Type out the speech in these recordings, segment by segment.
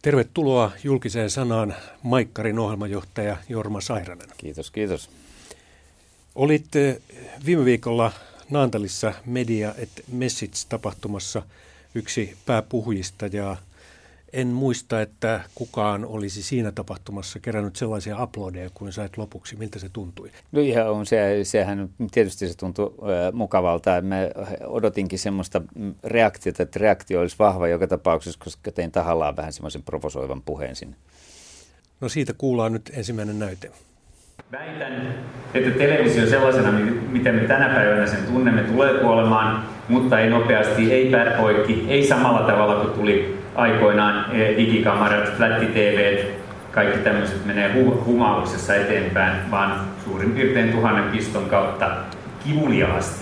Tervetuloa julkiseen sanaan Maikkarin ohjelmajohtaja Jorma Sairanen. Kiitos, kiitos. Olit viime viikolla Naantalissa Media et Message-tapahtumassa yksi pääpuhujista ja en muista, että kukaan olisi siinä tapahtumassa kerännyt sellaisia aplodeja kuin sait lopuksi. Miltä se tuntui? No ihan sehän tietysti se tuntui mukavalta. Mä odotinkin semmoista reaktiota, että reaktio olisi vahva joka tapauksessa, koska tein tahallaan vähän semmoisen provosoivan puheen sinne. No siitä kuullaan nyt ensimmäinen näyte. Väitän, että televisio sellaisena, miten me tänä päivänä sen tunnemme, tulee kuolemaan, mutta ei nopeasti, ei pärpoikki, ei samalla tavalla kuin tuli aikoinaan digikamarat, flätti-tvt, kaikki tämmöiset menee humauksessa eteenpäin, vaan suurin piirtein 1000 piston kautta kivuliaasti,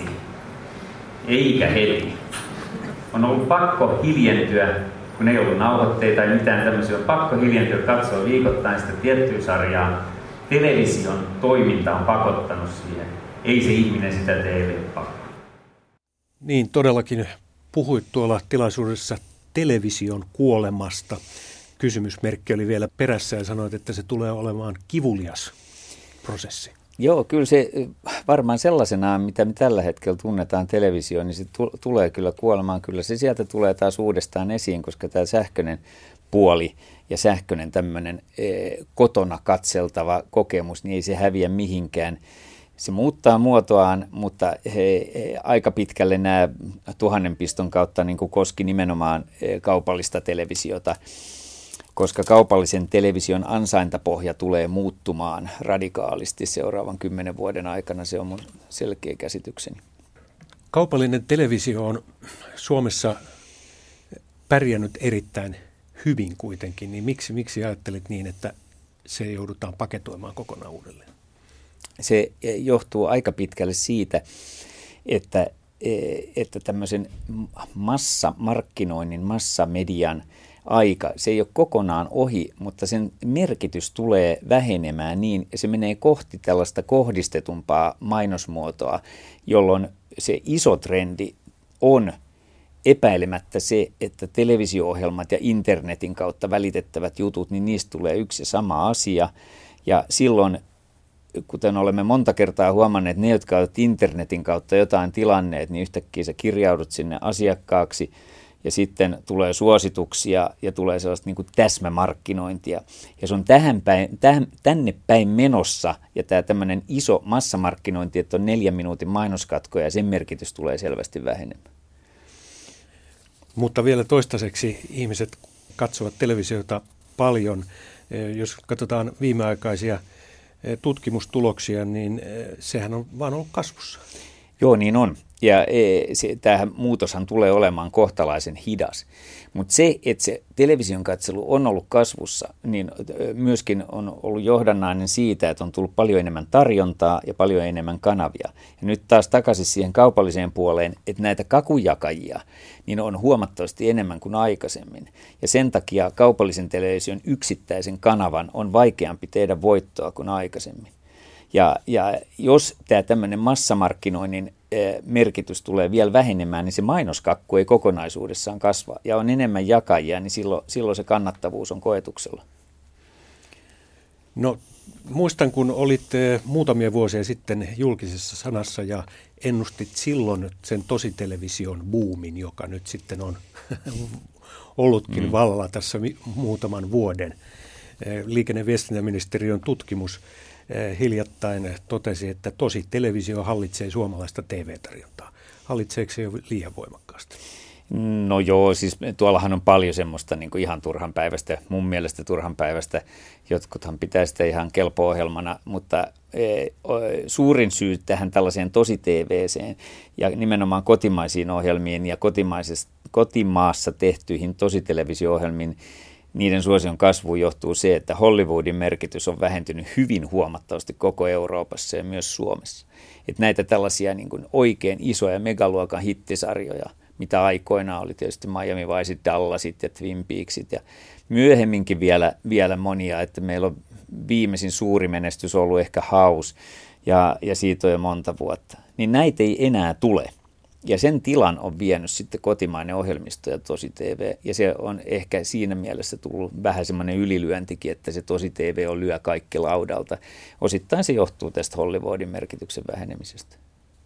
eikä heti. On ollut pakko hiljentyä, kun ei ollut nauhoitteita tai mitään tämmöisiä, on pakko hiljentyä katsoa viikoittain sitä tiettyä sarjaa. Television toiminta on pakottanut siihen. Ei se ihminen sitä tee pakko. Niin, todellakin puhuit tuolla tilaisuudessa television kuolemasta. Kysymysmerkki oli vielä perässä ja sanoit, että se tulee olemaan kivulias prosessi. Joo, kyllä se varmaan sellaisenaan, mitä me tällä hetkellä tunnetaan televisioon, niin se tulee kyllä kuolemaan. Kyllä se sieltä tulee taas uudestaan esiin, koska tämä sähköinen puoli ja sähköinen tämmöinen kotona katseltava kokemus, niin ei se häviä mihinkään. Se muuttaa muotoaan, mutta aika pitkälle nämä 1000 piston kautta niin kuin koski nimenomaan kaupallista televisiota, koska kaupallisen television ansaintapohja tulee muuttumaan radikaalisti seuraavan 10 vuoden aikana. Se on mun selkeä käsitykseni. Kaupallinen televisio on Suomessa pärjännyt erittäin hyvin kuitenkin, niin miksi ajattelit niin, että se joudutaan paketoimaan kokonaan uudelleen? Se johtuu aika pitkälle siitä, että tämmöisen massamarkkinoinnin, massamedian aika, se ei ole kokonaan ohi, mutta sen merkitys tulee vähenemään niin, se menee kohti tällaista kohdistetumpaa mainosmuotoa, jolloin se iso trendi on epäilemättä se, että televisio-ohjelmat ja internetin kautta välitettävät jutut, niin niistä tulee yksi ja sama asia. Ja silloin, kuten olemme monta kertaa huomanneet, ne, jotka ovat internetin kautta jotain tilanneet, niin yhtäkkiä sä kirjaudut sinne asiakkaaksi ja sitten tulee suosituksia ja tulee sellaista niin kuin täsmämarkkinointia. Ja se on tänne päin menossa ja tämä tämmöinen iso massamarkkinointi, että on 4 minuutin mainoskatko ja sen merkitys tulee selvästi vähenemään. Mutta vielä toistaiseksi ihmiset katsovat televisiota paljon. Jos katsotaan viimeaikaisia tutkimustuloksia, niin sehän on vaan ollut kasvussa. Joo, niin on. Ja tämä muutoshan tulee olemaan kohtalaisen hidas. Mutta se, että se television katselu on ollut kasvussa, niin myöskin on ollut johdannainen siitä, että on tullut paljon enemmän tarjontaa ja paljon enemmän kanavia. Ja nyt taas takaisin siihen kaupalliseen puoleen, että näitä kakujakajia niin on huomattavasti enemmän kuin aikaisemmin. Ja sen takia kaupallisen television yksittäisen kanavan on vaikeampi tehdä voittoa kuin aikaisemmin. Ja jos tämä tämmöinen massamarkkinoinnin merkitys tulee vielä vähenemään, niin se mainoskakku ei kokonaisuudessaan kasva ja on enemmän jakajia, niin silloin se kannattavuus on koetuksella. No muistan, kun olit muutamia vuosia sitten julkisessa sanassa ja ennustit silloin sen tositelevision boomin, joka nyt sitten on ollutkin vallalla tässä muutaman vuoden. Liikenne- ja viestintäministeriön tutkimus hiljattain totesi, että tositelevisio hallitsee suomalaista TV-tarjontaa. Hallitseeko se jo liian voimakkaasti? No joo, siis tuollahan on paljon semmoista niin kuin ihan turhanpäiväistä, mun mielestä turhanpäiväistä. Jotkuthan pitää sitä ihan kelpo-ohjelmana, mutta suurin syy tähän tällaiseen tosi-TV:seen ja nimenomaan kotimaisiin ohjelmiin ja kotimaassa tehtyihin tositelevisio-ohjelmiin, niiden suosion kasvuun johtuu se, että Hollywoodin merkitys on vähentynyt hyvin huomattavasti koko Euroopassa ja myös Suomessa. Että näitä tällaisia niin kuin oikein isoja megaluokan hittisarjoja, mitä aikoinaan oli tietysti Miami Viceit, Dallasit ja Twin Peaksit ja myöhemminkin vielä monia, että meillä on viimeisin suuri menestys ollut ehkä House ja siitä on jo monta vuotta. Niin näitä ei enää tule. Ja sen tilan on vienyt sitten kotimainen ohjelmisto ja Tosi TV. Ja se on ehkä siinä mielessä tullut vähän semmoinen ylilyöntikin, että se Tosi TV on lyö kaikki laudalta. Osittain se johtuu tästä Hollywoodin merkityksen vähenemisestä.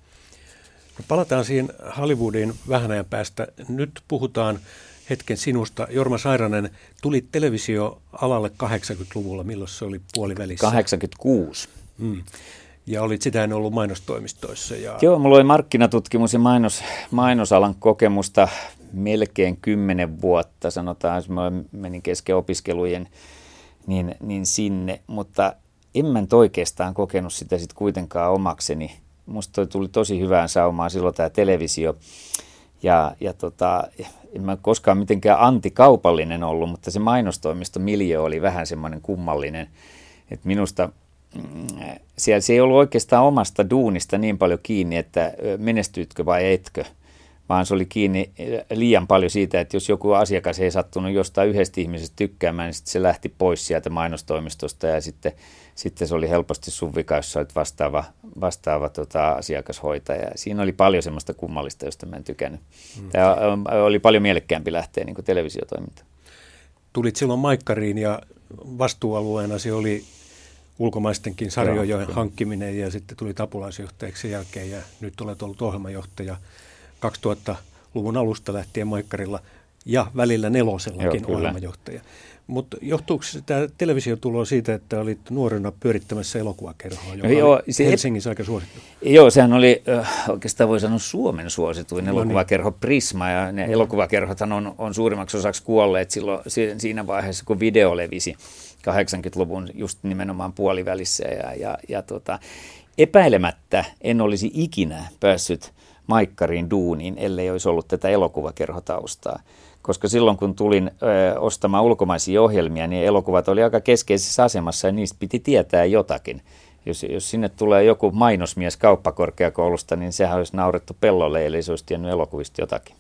No palataan siihen Hollywoodiin vähän ajan päästä. Nyt puhutaan hetken sinusta. Jorma Sairanen, tuli televisioalalle 80-luvulla. Milloin se oli puolivälissä? 86. Ja olit sitä en ollut mainostoimistoissa. Joo, mulla oli markkinatutkimus- ja mainosalan kokemusta melkein 10 vuotta, sanotaan, jos mä menin kesken opiskelujen niin sinne, mutta en mä nyt oikeastaan kokenut sitä sitten kuitenkaan omakseni. Musta tuli tosi hyvään saumaan silloin tämä televisio, ja en mä koskaan mitenkään antikaupallinen ollut, mutta se mainostoimistomiljö oli vähän semmoinen kummallinen, että minusta siellä se ei ollut oikeastaan omasta duunista niin paljon kiinni, että menestyytkö vai etkö, vaan se oli kiinni liian paljon siitä, että jos joku asiakas ei sattunut jostain yhdestä ihmisestä tykkäämään, niin sitten se lähti pois sieltä mainostoimistosta ja sitten se oli helposti sun vika, jos olet vastaava asiakashoitaja. Siinä oli paljon semmoista kummallista, josta mä en tykännyt. Tämä oli paljon mielekkäämpi lähteä niin kuin televisiotoimintaan. Tulit silloin Maikkariin ja vastuualueena se oli ulkomaistenkin sarjojen hankkiminen ja sitten tuli apulaisjohtajaksi sen jälkeen ja nyt olet ollut ohjelmajohtaja 2000-luvun alusta lähtien Maikkarilla ja välillä Nelosellakin ohjelmajohtaja. Mutta johtuuko tämä televisiotulo siitä, että olit nuorena pyörittämässä elokuvakerhoa, joka oli Helsingissä aika suosittu? Joo, sehän oli oikeastaan voi sanoa Suomen suosituin elokuvakerho Prisma, ja ne elokuvakerhothan on suurimmaksi osaksi kuolleet silloin siinä vaiheessa, kun video levisi 80-luvun just nimenomaan puolivälissä. Epäilemättä en olisi ikinä päässyt Maikkariin duuniin, ellei olisi ollut tätä elokuvakerhotaustaa. Koska silloin kun tulin ostamaan ulkomaisia ohjelmia, niin elokuvat oli aika keskeisessä asemassa ja niistä piti tietää jotakin. Jos sinne tulee joku mainosmies kauppakorkeakoulusta, niin sehän olisi naurettu pellolle, eli se olisi tiennyt elokuvista jotakin.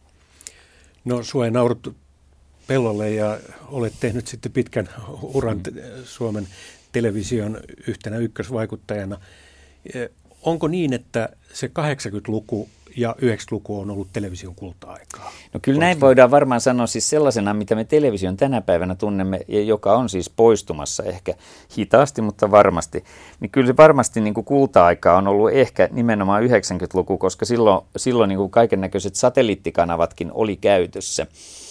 No sua ei naurettu pellolle ja olet tehnyt sitten pitkän uran Suomen television yhtenä ykkösvaikuttajana. Onko niin, että se 80-luku ja 90-luku on ollut television kulta-aikaa? No kyllä näin voidaan varmaan sanoa siis sellaisena, mitä me television tänä päivänä tunnemme, joka on siis poistumassa ehkä hitaasti, mutta varmasti. Niin kyllä se varmasti niin kuin kulta-aikaa on ollut ehkä nimenomaan 90-luku, koska silloin niin kuin kaikennäköiset satelliittikanavatkin oli käytössä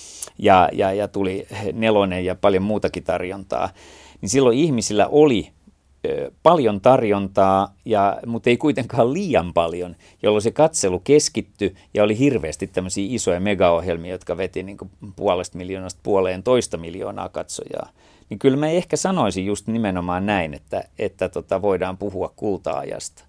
ja tuli Nelonen ja paljon muutakin tarjontaa. Niin silloin ihmisillä oli paljon tarjontaa, mutta ei kuitenkaan liian paljon, jolloin se katselu keskittyi ja oli hirveästi tämmöisiä isoja megaohjelmia, jotka veti niin kuin 500 miljoonasta 1,5 miljoonaa katsojaa. Niin kyllä mä ehkä sanoisin just nimenomaan näin, että voidaan puhua kulta-ajasta.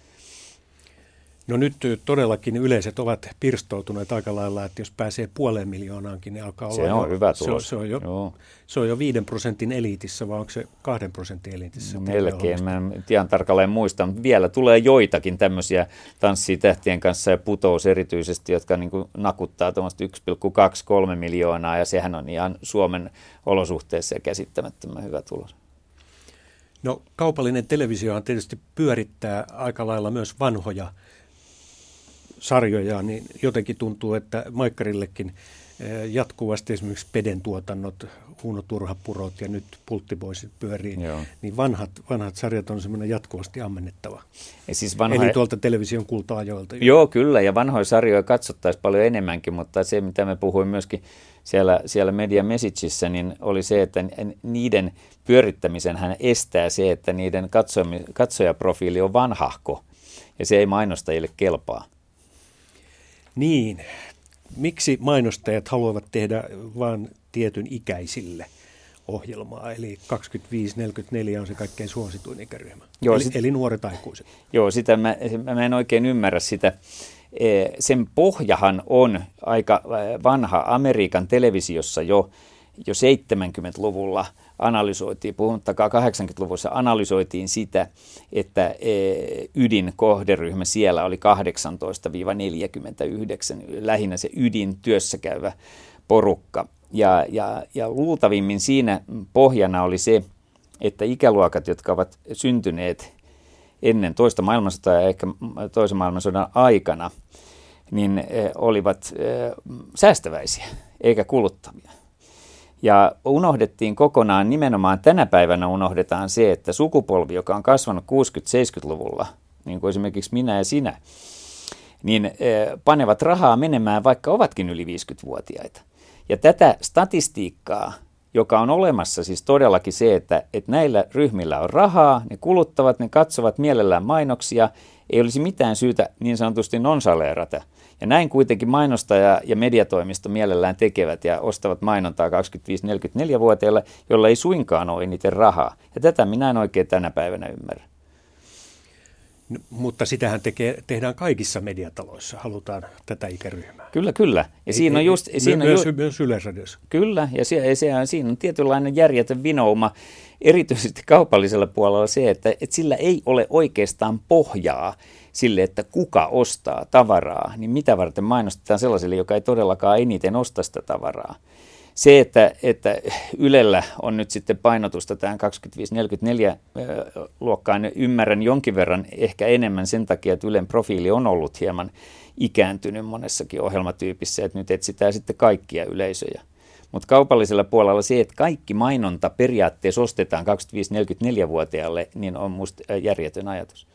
No nyt todellakin yleiset ovat pirstoutuneet aika lailla, että jos pääsee 500 000:aankin, niin alkaa olla... Se on hyvä tulos. Se on jo 5% eliitissä, vai onko se 2% eliitissä? No melkein, mä en ihan tarkalleen muista, mutta vielä tulee joitakin tämmöisiä Tanssii tähtien kanssa ja Putous erityisesti, jotka niin kuin nakuttaa tuommoista 1,2-3 miljoonaa, ja sehän on ihan Suomen olosuhteissa ja käsittämättömän hyvä tulos. No kaupallinen televisiohan tietysti pyörittää aika lailla myös vanhoja sarjoja, niin jotenkin tuntuu, että Maikkarillekin jatkuvasti esimerkiksi Peden tuotannot, Uno Turhapurot ja nyt Pulttiboisit pyörii, niin vanhat sarjat on semmoinen jatkuvasti ammennettava. Siis eli tuolta television kulta-ajoilta. Joo, kyllä, ja vanhoja sarjoja katsottaisiin paljon enemmänkin, mutta se, mitä me puhuin myöskin siellä Media Messageissa, niin oli se, että niiden pyörittämisen hän estää se, että niiden katsojaprofiili on vanhahko, ja se ei mainostajille kelpaa. Niin. Miksi mainostajat haluavat tehdä vain tietyn ikäisille ohjelmaa, eli 25-44 on se kaikkein suosituin ikäryhmä, eli nuoret aikuiset? Joo, sitä mä en oikein ymmärrä sitä. Sen pohjahan on aika vanha. Amerikan televisiossa jo 70-luvulla analysoitiin, puhumattakaan 80-luvussa analysoitiin sitä, että ydinkohderyhmä siellä oli 18-49, lähinnä se ydintyössä käyvä porukka. Ja luultavimmin siinä pohjana oli se, että ikäluokat, jotka ovat syntyneet ennen toista maailmansotaa ja ehkä toisen maailmansodan aikana, niin olivat säästäväisiä eikä kuluttavia. Ja unohdettiin kokonaan, nimenomaan tänä päivänä unohdetaan se, että sukupolvi, joka on kasvanut 60-70-luvulla, niin kuin esimerkiksi minä ja sinä, niin panevat rahaa menemään, vaikka ovatkin yli 50-vuotiaita. Ja tätä statistiikkaa, joka on olemassa, siis todellakin se, että näillä ryhmillä on rahaa, ne kuluttavat, ne katsovat mielellään mainoksia, ei olisi mitään syytä niin sanotusti nonsaleerata. Ja näin kuitenkin mainostaja ja mediatoimisto mielellään tekevät ja ostavat mainontaa 25-44-vuotiaille, jolla ei suinkaan ole eniten rahaa. Ja tätä minä en oikein tänä päivänä ymmärrä. No, mutta sitähän tehdään kaikissa mediataloissa, halutaan tätä ikäryhmää. Kyllä. Ja siinä on just... Myös Yleisradiossa. Kyllä, ja siinä on tietynlainen järjetön vinouma, erityisesti kaupallisella puolella se, että sillä ei ole oikeastaan pohjaa sille, että kuka ostaa tavaraa, niin mitä varten mainostetaan sellaiselle, joka ei todellakaan eniten osta sitä tavaraa. Se, että Ylellä on nyt sitten painotusta tähän 25-44-luokkaan, ymmärrän jonkin verran ehkä enemmän sen takia, että Ylen profiili on ollut hieman ikääntynyt monessakin ohjelmatyypissä, että nyt etsitään sitten kaikkia yleisöjä. Mutta kaupallisella puolella se, että kaikki mainonta periaatteessa ostetaan 25-44-vuotiaalle, niin on musta järjetön ajatus.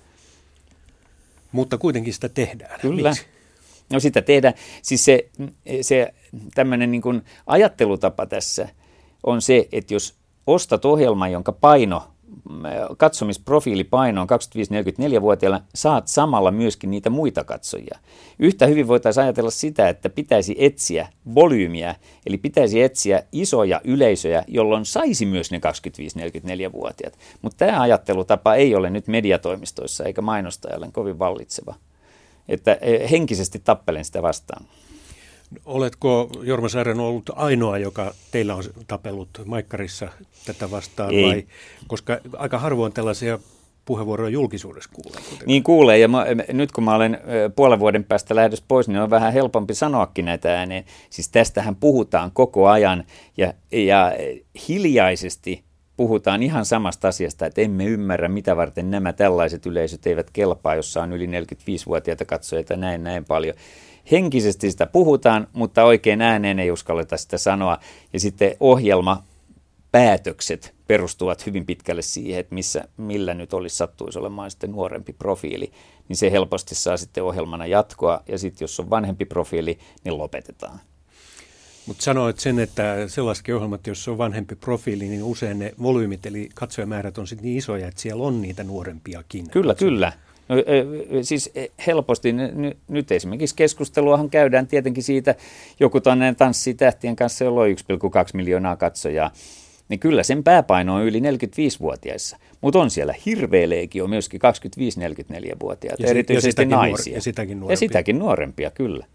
Mutta kuitenkin sitä tehdään. Kyllä. Miksi? No sitä tehdään. Siis se tämmöinen niin kuin ajattelutapa tässä on se, että jos ostat ohjelman, jonka katsomisprofiilipaino on 25-44-vuotiailla, saat samalla myöskin niitä muita katsojia. Yhtä hyvin voitaisiin ajatella sitä, että pitäisi etsiä volyymiä, eli pitäisi etsiä isoja yleisöjä, jolloin saisi myös ne 25-44-vuotiaat. Mutta tämä ajattelutapa ei ole nyt mediatoimistoissa eikä mainostajalle kovin vallitseva. Että henkisesti tappelen sitä vastaan. Oletko, Jorma Saarinen, ollut ainoa, joka teillä on tapellut Maikkarissa tätä vastaan? Ei. Vai? Koska aika harvoin tällaisia puheenvuoroja julkisuudessa kuulee. Niin kuulee, ja nyt kun mä olen puolen vuoden päästä lähdössä pois, niin on vähän helpompi sanoakin näitä ääneen. Siis tästähän puhutaan koko ajan, ja hiljaisesti puhutaan ihan samasta asiasta, että emme ymmärrä, mitä varten nämä tällaiset yleisöt eivät kelpaa, jossa on yli 45-vuotiaita katsojia näin paljon. Henkisesti sitä puhutaan, mutta oikein ääneen ei uskalleta sitä sanoa. Ja sitten ohjelmapäätökset perustuvat hyvin pitkälle siihen, että millä nyt sattuisi olemaan sitten nuorempi profiili. Niin se helposti saa sitten ohjelmana jatkoa, ja sitten jos on vanhempi profiili, niin lopetetaan. Mutta sanoit sen, että sellaisetkin ohjelmat, jos on vanhempi profiili, niin usein ne volyymit, eli katsojamäärät on sitten niin isoja, että siellä on niitä nuorempiakin. Kyllä. No, siis helposti nyt esimerkiksi keskusteluahan käydään tietenkin siitä, joku tuonne Tanssii tähtien kanssa, jolla on 1,2 miljoonaa katsojaa, niin kyllä sen pääpaino on yli 45-vuotiaissa, mutta on siellä hirveä leegio myöskin 25-44-vuotiaita, erityisesti naisia. Ja sitäkin nuorempia, kyllä.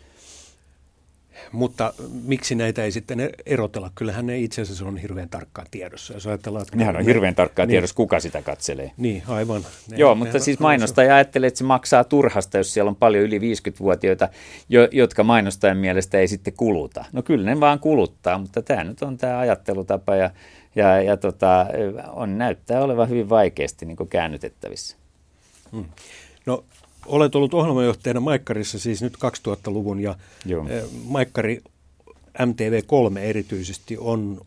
Mutta miksi näitä ei sitten erotella? Kyllähän ne itse asiassa on hirveän tarkkaan tiedossa. Jos ajatellaan, että nehän on hirveän tarkkaan tiedossa, kuka sitä katselee. Niin, aivan. Joo, mutta siis mainostaja ajattelee, että se maksaa turhasta, jos siellä on paljon yli 50-vuotiaita, jotka mainostajan mielestä ei sitten kuluta. No kyllä ne vaan kuluttaa, mutta tämä nyt on tämä ajattelutapa ja näyttää olevan hyvin vaikeasti niin kuin käännytettävissä. No, olet ollut ohjelmajohtajana Maikkarissa siis nyt 2000-luvun ja Maikkari MTV3 erityisesti on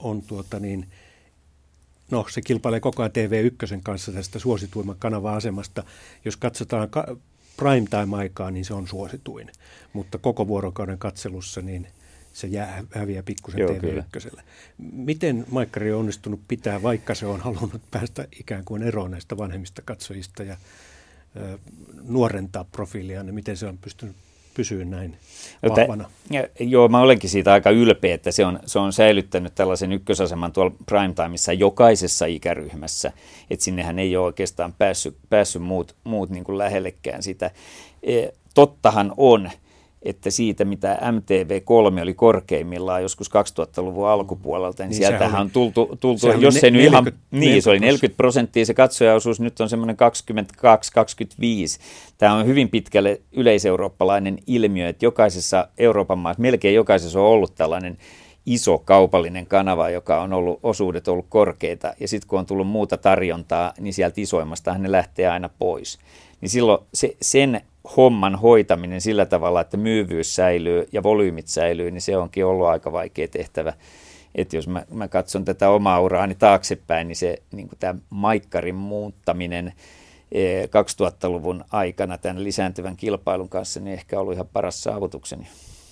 se kilpailee koko ajan TV1 kanssa tästä suosituimman kanava-asemasta. Jos katsotaan primetime-aikaa, niin se on suosituin, mutta koko vuorokauden katselussa niin se häviää pikkusen TV1. Miten Maikkari on onnistunut pitää, vaikka se on halunnut päästä ikään kuin eroon näistä vanhemmista katsojista ja nuorentaa profiilia, niin miten se on pystynyt pysyä näin vahvana? Joo, mä olenkin siitä aika ylpeä, että se on säilyttänyt tällaisen ykkösaseman tuolla primetimeissa jokaisessa ikäryhmässä, että sinnehän ei ole oikeastaan päässyt muut niin kuin lähellekään sitä. Tottahan on, että siitä, mitä MTV3 oli korkeimmillaan joskus 2000-luvun alkupuolelta, niin sieltähän on tultu jos se nyt ihan, niin se oli 40%, se katsojaosuus nyt on semmoinen 22-25. Tämä on hyvin pitkälle yleiseurooppalainen ilmiö, että jokaisessa Euroopan maassa, melkein jokaisessa on ollut tällainen iso kaupallinen kanava, joka on ollut, osuudet ollut korkeita, ja sitten kun on tullut muuta tarjontaa, niin sieltä isoimmastahan ne lähtee aina pois. Niin silloin sen homman hoitaminen sillä tavalla, että myyvyys säilyy ja volyymit säilyy, niin se onkin ollut aika vaikea tehtävä. Että jos mä katson tätä omaa uraani taaksepäin, niin se niin kuin tämä maikkarin muuttaminen 2000-luvun aikana tämän lisääntyvän kilpailun kanssa, niin ehkä ollut ihan paras saavutukseni.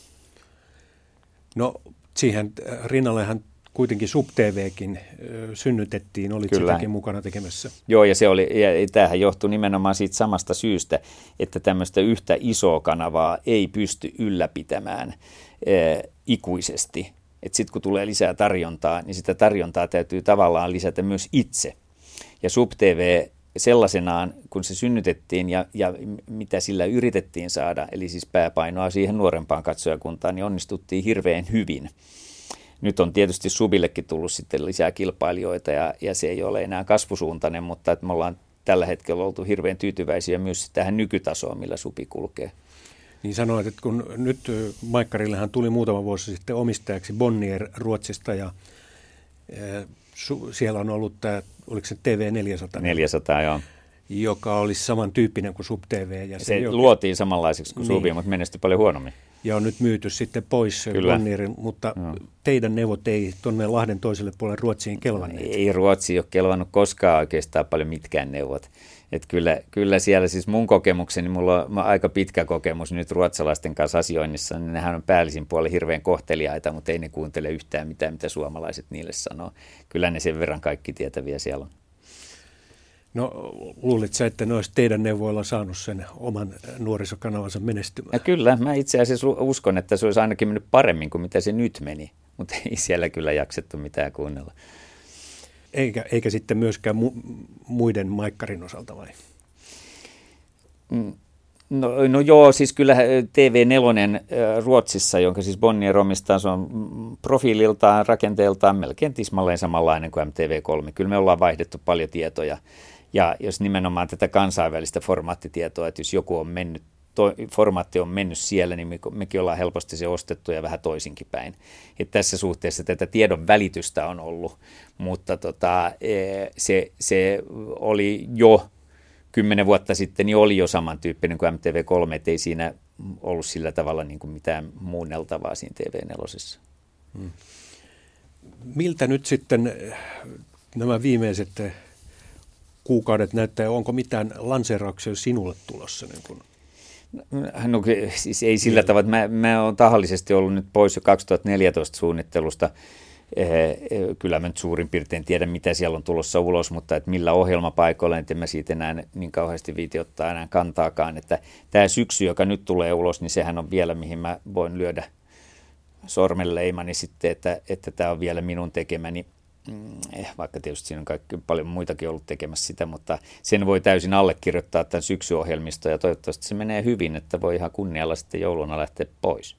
No siihen rinnallehan kuitenkin SubTVkin synnytettiin, olit Kyllä. sitäkin mukana tekemässä. Joo, ja tämähän johtui nimenomaan siitä samasta syystä, että tämmöistä yhtä isoa kanavaa ei pysty ylläpitämään ikuisesti. Että sitten kun tulee lisää tarjontaa, niin sitä tarjontaa täytyy tavallaan lisätä myös itse. Ja SubTV sellaisenaan, kun se synnytettiin ja mitä sillä yritettiin saada, eli siis pääpainoa siihen nuorempaan katsojakuntaan, niin onnistuttiin hirveän hyvin. Nyt on tietysti Subillekin tullut sitten lisää kilpailijoita ja se ei ole enää kasvusuuntainen, mutta että me ollaan tällä hetkellä oltu hirveän tyytyväisiä myös tähän nykytasoon, millä Subi kulkee. Niin sanoit, että kun nyt Maikkarillehan tuli muutama vuosi sitten omistajaksi Bonnier Ruotsista ja siellä on ollut tämä, oliko se TV400? 400, joo. Joka olisi samantyyppinen kuin SubTV. Ja se luotiin samanlaiseksi kuin Subi, mutta menestyi paljon huonommin. Ja on nyt myyty sitten pois Bonnierin, mutta teidän neuvot ei tuonne Lahden toiselle puolelle Ruotsiin kelvanneet. Ei Ruotsi ole kelvannut koskaan oikeastaan paljon mitkään neuvot. Että kyllä siellä siis mun kokemukseni, mulla on aika pitkä kokemus nyt ruotsalaisten kanssa asioinnissa, niin nehän on päällisin puolella hirveän kohteliaita, mutta ei ne kuuntele yhtään mitään, mitä suomalaiset niille sanoo. Kyllä ne sen verran kaikki tietäviä siellä on. No luulit sä, että ne olisi teidän neuvoilla saanut sen oman nuorisokanavansa menestymään? Ja kyllä, mä itse asiassa uskon, että se olisi ainakin mennyt paremmin kuin mitä se nyt meni, mutta ei siellä kyllä jaksettu mitään kuunnella. Eikä sitten myöskään muiden maikkarin osalta vai? No joo, siis kyllä TV4 Ruotsissa, jonka siis Bonnier omistaa, se on profiililtaan, rakenteeltaan melkein tismalleen samanlainen kuin MTV3. Kyllä me ollaan vaihdettu paljon tietoja ja jos nimenomaan tätä kansainvälistä formaattitietoa, että jos joku on mennyt, formaatti on mennyt siellä, niin mekin ollaan helposti se ostettu ja vähän toisinkin päin. Että tässä suhteessa tätä tiedon välitystä on ollut, mutta se oli jo 10 vuotta sitten, niin oli jo samantyyppinen kuin MTV3, ettei siinä ollut sillä tavalla niin kuin mitään muunneltavaa siinä TV4. Miltä nyt sitten nämä viimeiset kuukaudet näyttää, onko mitään lanseerauksia sinulle tulossa? Niin kuin? No siis ei sillä tavalla, että mä oon tahallisesti ollut nyt pois jo 2014 suunnittelusta. Kyllä mä nyt suurin piirtein tiedä, mitä siellä on tulossa ulos, mutta että millä ohjelmapaikoilla, en mä siitä enää niin kauheasti viiti ottaa enää kantaakaan. Että tämä syksy, joka nyt tulee ulos, niin sehän on vielä, mihin mä voin lyödä sormenleimani sitten, että tämä on vielä minun tekemäni. Vaikka tietysti siinä on paljon muitakin ollut tekemässä sitä, mutta sen voi täysin allekirjoittaa tämän syksyohjelmisto ja toivottavasti se menee hyvin, että voi ihan kunnialla sitten jouluna lähteä pois.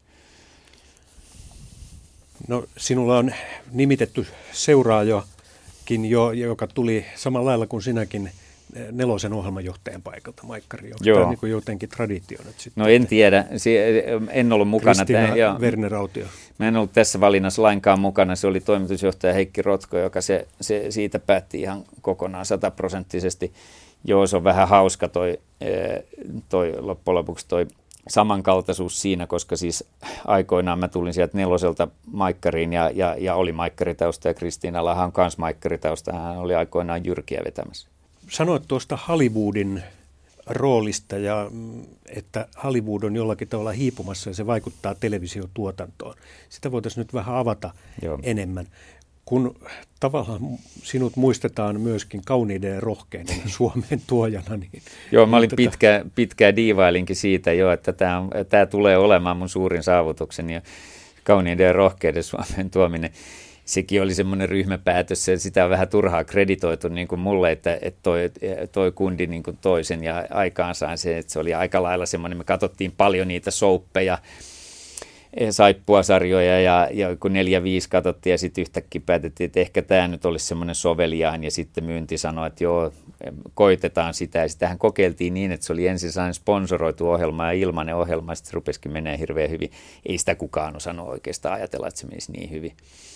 No sinulla on nimitetty seuraajakin jo, joka tuli samalla lailla kuin sinäkin Nelosen ohjelmanjohtajan paikalta, Maikkari. Onko tämä niin kuin jotenkin traditio nyt sitten? No en tiedä, en ollut mukana. Kristiina Werner-Autio. Mä en ollut tässä valinnassa lainkaan mukana, se oli toimitusjohtaja Heikki Rotko, joka se siitä päätti ihan kokonaan 100%. Joo, se on vähän hauska toi loppujen lopuksi toi samankaltaisuus siinä, koska siis aikoinaan mä tulin sieltä Neloselta Maikkariin ja oli maikkaritausta ja Kristiinallahan on myös maikkaritausta, hän oli aikoinaan Jyrkiä vetämässä. Sanoit tuosta Hollywoodin roolista ja että Hollywood on jollakin tavalla hiipumassa ja se vaikuttaa televisiotuotantoon. Sitä voitaisiin nyt vähän avata enemmän. Kun tavallaan sinut muistetaan myöskin kauniiden ja rohkeiden Suomen tuojana. Niin, joo, mä olin pitkään diivailinkin siitä jo, että tämä tulee olemaan mun suurin saavutukseni ja kauniiden ja rohkeiden Suomen tuominen. Sekin oli semmoinen ryhmäpäätös, ja sitä on vähän turhaa kreditoitu niin kuin mulle, että toi kundi niin kuin toisen ja aikaansaan se, että se oli aika lailla semmoinen, me katsottiin paljon niitä soappeja, saippuasarjoja ja kun 4-5 katsottiin ja sitten yhtäkkiä päätettiin, että ehkä tämä nyt olisi semmoinen soveliaan ja sitten myynti sanoi, että joo, koitetaan sitä ja sitähän kokeiltiin niin, että se oli ensin sellainen sponsoroitu ohjelma ja ilmainen ohjelma ja sitten se rupesikin menee hirveän hyvin. Ei sitä kukaan osannut oikeastaan ajatella, että se menisi niin hyvin.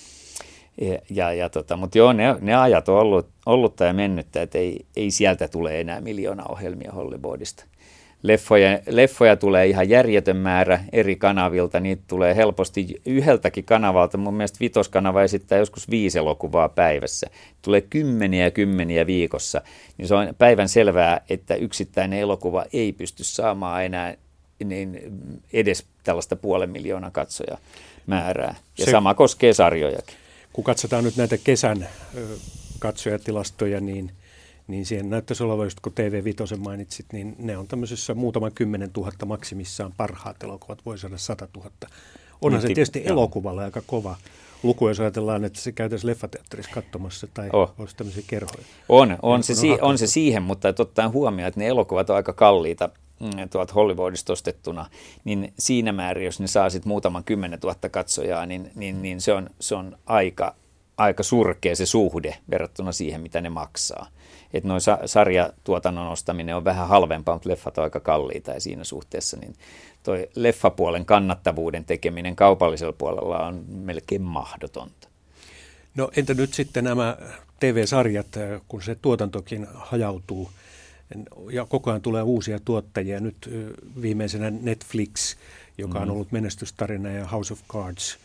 Mutta joo, ne ajat on ollutta ja mennyttä, että ei sieltä tule enää 1 miljoonaa ohjelmia Hollywoodista. Leffoja tulee ihan järjetön määrä eri kanavilta, niitä tulee helposti yhdeltäkin kanavalta. Mun mielestä Vitoskanava esittää joskus 5 elokuvaa päivässä. Tulee kymmeniä viikossa, niin se on päivän selvää, että yksittäinen elokuva ei pysty saamaan enää niin edes tällaista 500 000 katsojamäärää. Ja sama koskee sarjojakin. Kun katsotaan nyt näitä kesän katsojatilastoja, niin siihen näyttäisi olevan, just kun TV5 mainitsit, niin ne on tämmöisessä muutaman 10 000 maksimissaan parhaat elokuvat, voi saada 100 000. Onhan se tietysti elokuvalle aika kova luku, jos ajatellaan, että se käytäisiin leffateatterissa katsomassa tai olisi tämmöisiä kerhoja. On se siihen, mutta ottaen huomioon, että ne elokuvat on aika kalliita tuolta Hollywoodista ostettuna, niin siinä määrin, jos ne saa sitten muutaman 10 000 katsojaa, niin se on aika surkea se suhde verrattuna siihen, mitä ne maksaa. Että noin sarjatuotannon ostaminen on vähän halvempaa, mutta leffat on aika kalliita ja siinä suhteessa niin toi leffapuolen kannattavuuden tekeminen kaupallisella puolella on melkein mahdotonta. No entä nyt sitten nämä TV-sarjat, kun se tuotantokin hajautuu ja koko ajan tulee uusia tuottajia. Nyt viimeisenä Netflix, joka on ollut menestystarina, ja House of Cards,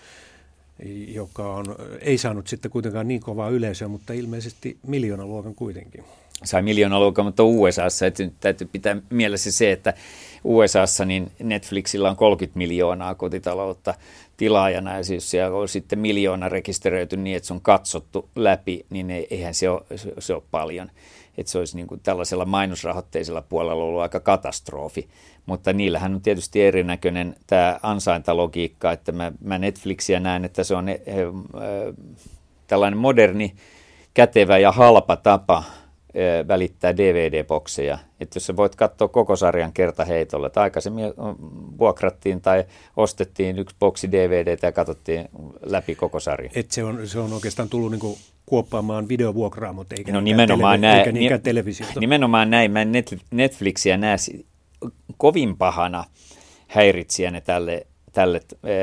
joka ei saanut sitten kuitenkaan niin kovaa yleisöä, mutta ilmeisesti miljoonaluokan kuitenkin. Sai miljoonaluokan, mutta USAssa, että täytyy pitää mielessä se, että USAssa niin Netflixillä on 30 miljoonaa kotitaloutta tilaajana, ja siis siellä on sitten 1 miljoona rekisteröity niin, että se on katsottu läpi, niin eihän se ole paljon. Että se olisi niin kuin tällaisella mainosrahoitteisella puolella ollut aika katastrofi. Mutta niillähän on tietysti erinäköinen tämä ansaintalogiikka, että mä Netflixiä näen, että se on tällainen moderni, kätevä ja halpa tapa välittää DVD-bokseja. Että jos sä voit katsoa koko sarjan kertaheitolla, että aikaisemmin vuokrattiin tai ostettiin 1 boksi DVDtä ja katsottiin läpi koko sarja. Että se on oikeastaan tullut niin kuin kuoppaamaan videovuokraamot eikä niinkään televisiota. Nimenomaan näin. Mä Netflixiä näe kovin pahana häiritsijänä tälle